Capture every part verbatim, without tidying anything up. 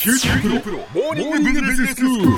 キューティープロモーニングビジネススクール。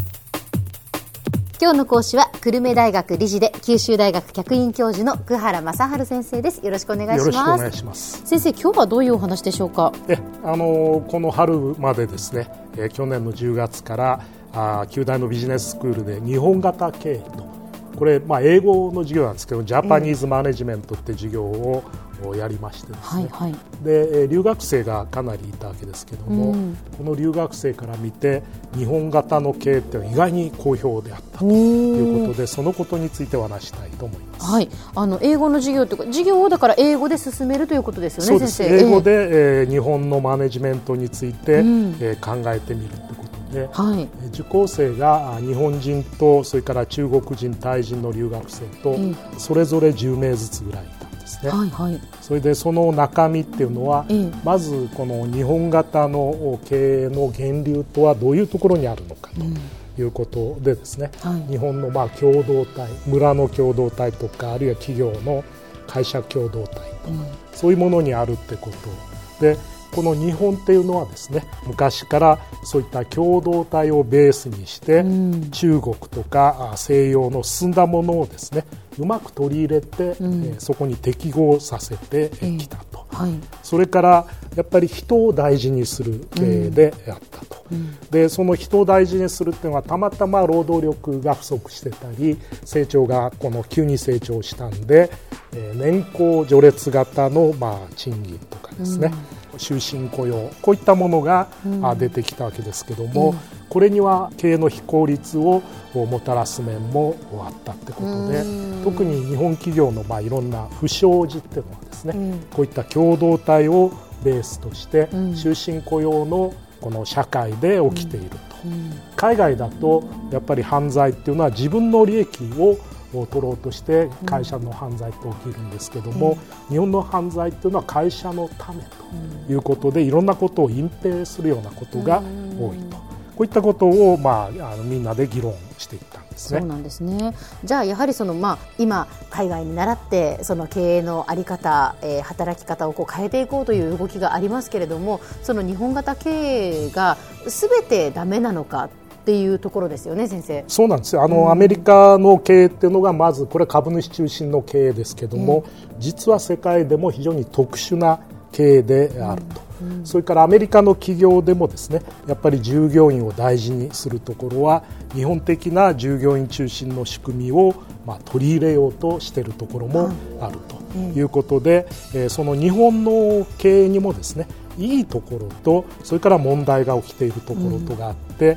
今日の講師は久留米大学理事で九州大学客員教授の久原正治先生です。よろしくお願いします。 よろしくお願いします。 先生、今日はどういうお話でしょうか。 えあのこの春までですね、え去年のじゅうがつからあ九大のビジネススクールで日本型経営と、これ、まあ、英語の授業なんですけどジャパニーズマネジメントって授業をやりましてですね、はいはい、で留学生がかなりいたわけですけども、うん、この留学生から見て日本型の経営って意外に好評であったということで、そのことについてお話したいと思います。 はい、あの英語の授業というか授業をだから英語で進めるということですよね。 そうです。 先生、 英語で、えー、日本のマネジメントについて、うんえー、考えてみるということで、はい、受講生が日本人とそれから中国人タイ人の留学生と、うん、それぞれじゅうめいずつぐらいいたんですね。はいはい、それでその中身っていうのは、うん、まずこの日本型の経営の源流とはどういうところにあるのかと、うんいうことでですね、はい、日本のまあ共同体、村の共同体とかあるいは企業の会社共同体とか、うん、そういうものにあるってことで、この日本っていうのはですね、昔からそういった共同体をベースにして、うん、中国とか西洋の進んだものをですねうまく取り入れて、うんえー、そこに適合させてきたと、うんはい、それからやっぱり人を大事にする経営であったと、うん、でその人を大事にするっていうのはたまたま労働力が不足してたり成長がこの急に成長したんで、えー、年功序列型のまあ賃金とかですね、うん、終身雇用こういったものが出てきたわけですけども、うん、これには経営の非効率をもたらす面もあったってことで、特に日本企業のまあいろんな不祥事っていうのはですね、うん、こういった共同体をベースとして終身雇用のこの社会で起きていると、うんうん、海外だとやっぱり犯罪っていうのは自分の利益を取ろうとして会社の犯罪って起きるんですけども、うん、日本の犯罪っていうのは会社のためということでいろんなことを隠蔽するようなことが多いと、こういったことを、まあ、あのみんなで議論していったんですね。 そうなんですね。じゃあやはりその、まあ、今海外に倣ってその経営の在り方、えー、働き方をこう変えていこうという動きがありますけれども、その日本型経営が全てダメなのかっていうところですよね、先生。 そうなんですよ。あの、うん、アメリカの経営っていうのがまずこれ株主中心の経営ですけども、うん、実は世界でも非常に特殊な経営であると、うんうん、それからアメリカの企業でもですねやっぱり従業員を大事にするところは日本的な従業員中心の仕組みを、まあ、取り入れようとしているところもあるということで、うんえー、その日本の経営にもですねいいところとそれから問題が起きているところとがあって、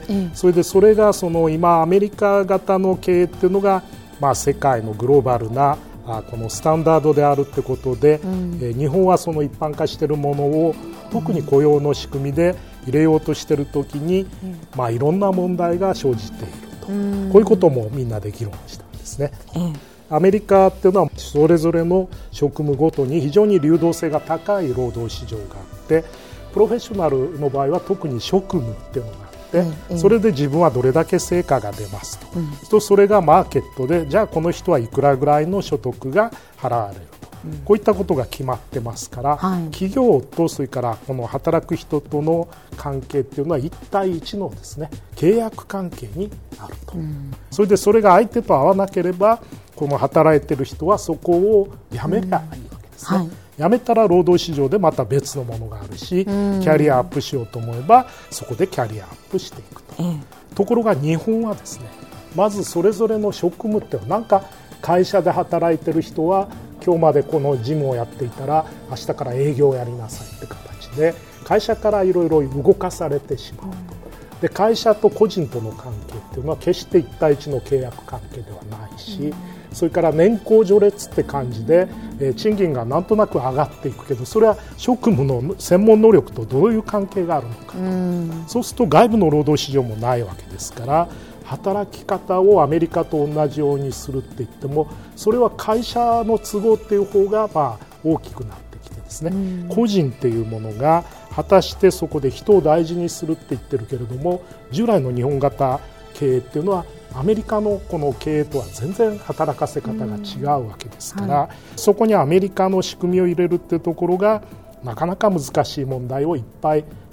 うん、それでそれがその今アメリカ型の経営っていうのが、まあ、世界のグローバルなこのスタンダードであるということで、うん、え日本はその一般化しているものを特に雇用の仕組みで入れようとしているときに、うんまあ、いろんな問題が生じていると、うん、こういうこともみんなで議論したんですね。うん、アメリカっていうのはそれぞれの職務ごとに非常に流動性が高い労働市場があってプロフェッショナルの場合は特に職務っていうのがでそれで自分はどれだけ成果が出ますと、うん、とそれがマーケットでじゃあこの人はいくらぐらいの所得が払われると、うん、こういったことが決まってますから、はい、企業とそれからこの働く人との関係っていうのはいち対いちのですね契約関係にあると、うん、それでそれが相手と合わなければこの働いてる人はそこを辞めりゃいいわけですね。うんはい辞めたら労働市場でまた別のものがあるし、キャリアアップしようと思えばそこでキャリアアップしていくと、うん、ところが日本はですねまずそれぞれの職務ってなんか会社で働いてる人は今日までこの事務をやっていたら明日から営業をやりなさいって形で会社からいろいろ動かされてしまうと、うん、で会社と個人との関係っていうのは決していち対いちの契約関係ではないし、うんそれから年功序列って感じで、えー、賃金がなんとなく上がっていくけどそれは職務の専門能力とどういう関係があるのかと、うん、そうすると外部の労働市場もないわけですから働き方をアメリカと同じようにするって言ってもそれは会社の都合っていう方がまあ大きくなってきてですね、うん、個人っていうものが果たしてそこで人を大事にするって言ってるけれども従来の日本型経営っていうのはアメリカのこの経営とは全然働かせ方が違うわけですから、うんはい、そこにアメリカの仕組みを入れるっていうところがなかなか難しい問題をいっぱい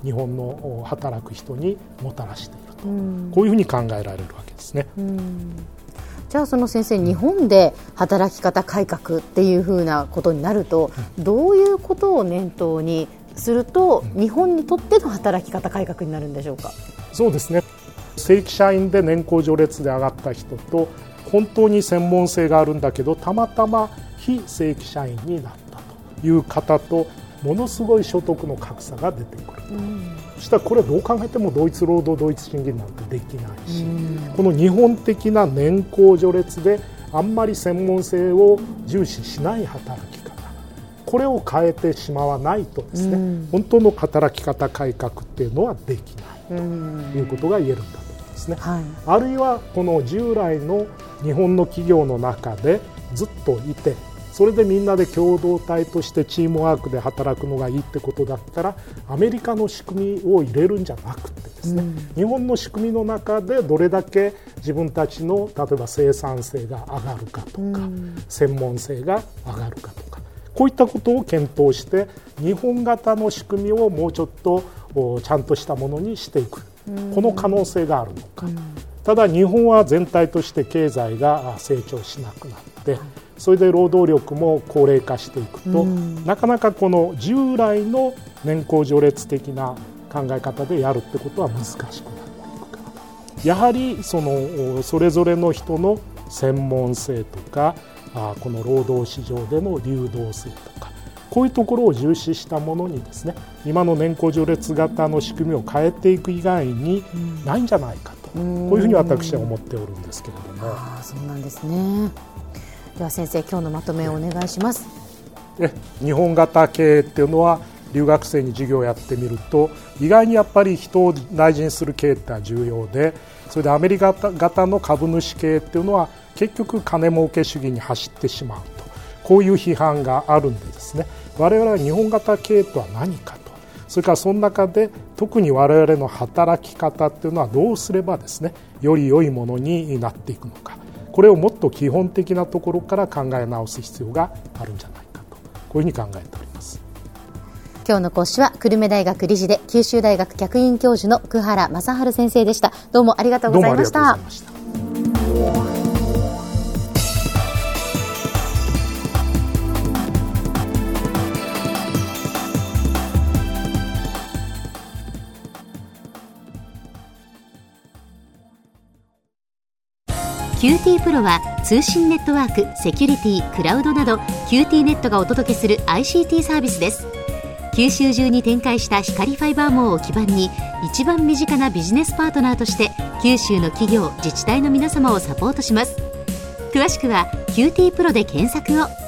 日本の働く人にもたらしていると、 うん、 こういうふうに考えられるわけですね。 うん、じゃあその先生、日本で働き方改革っていうふうなことになると、うん、どういうことを念頭にすると、うん、日本にとっての働き方改革になるんでしょうか。 そうですね、正規社員で年功序列で上がった人と、本当に専門性があるんだけどたまたま非正規社員になったという方と、ものすごい所得の格差が出てくると、うん、そしたらこれどう考えても同一労働同一賃金なんてできないし、うん、この日本的な年功序列であんまり専門性を重視しない働き方、これを変えてしまわないとですね、うん、本当の働き方改革っていうのはできないということが言えるんだと思うんですね、はい、あるいはこの従来の日本の企業の中でずっといて、それでみんなで共同体としてチームワークで働くのがいいってことだったら、アメリカの仕組みを入れるんじゃなくてですね、うん、日本の仕組みの中でどれだけ自分たちの例えば生産性が上がるかとか、うん、専門性が上がるかとか、こういったことを検討して日本型の仕組みをもうちょっとちゃんとしたものにしていく、うん、この可能性があるのか、うん、ただ日本は全体として経済が成長しなくなって、はい、それで労働力も高齢化していくと、うん、なかなかこの従来の年功序列的な考え方でやるってことは難しくなっていくから、やはりそのそれぞれの人の専門性とか、この労働市場での流動性とか、こういうところを重視したものにですね、今の年功序列型の仕組みを変えていく以外にないんじゃないかと、うん、こういうふうに私は思っておるんですけれども。 あ、そうなんですね。では先生、今日のまとめをお願いします。 え日本型経営っていうのは留学生に授業をやってみると、意外にやっぱり人を大事にする経営ってのは重要で、それでアメリカ型の株主経営っていうのは結局金儲け主義に走ってしまうと、こういう批判があるんでですね、我々は日本型経営とは何かと、それからその中で特に我々の働き方っていうのはどうすればですね、より良いものになっていくのか、これをもっと基本的なところから考え直す必要があるんじゃないかと、こういうふうに考えております。 今日の講師は久留米大学理事で九州大学客員教授の久原正治先生でした。どうもありがとうございました。 どうもありがとうございました。 キューティー プロは通信ネットワーク、セキュリティ、クラウドなど キューティー ネットがお届けする アイシーティー サービスです。九州中に展開した光ファイバー網を基盤に、一番身近なビジネスパートナーとして九州の企業、自治体の皆様をサポートします。詳しくは キューティー プロで検索を。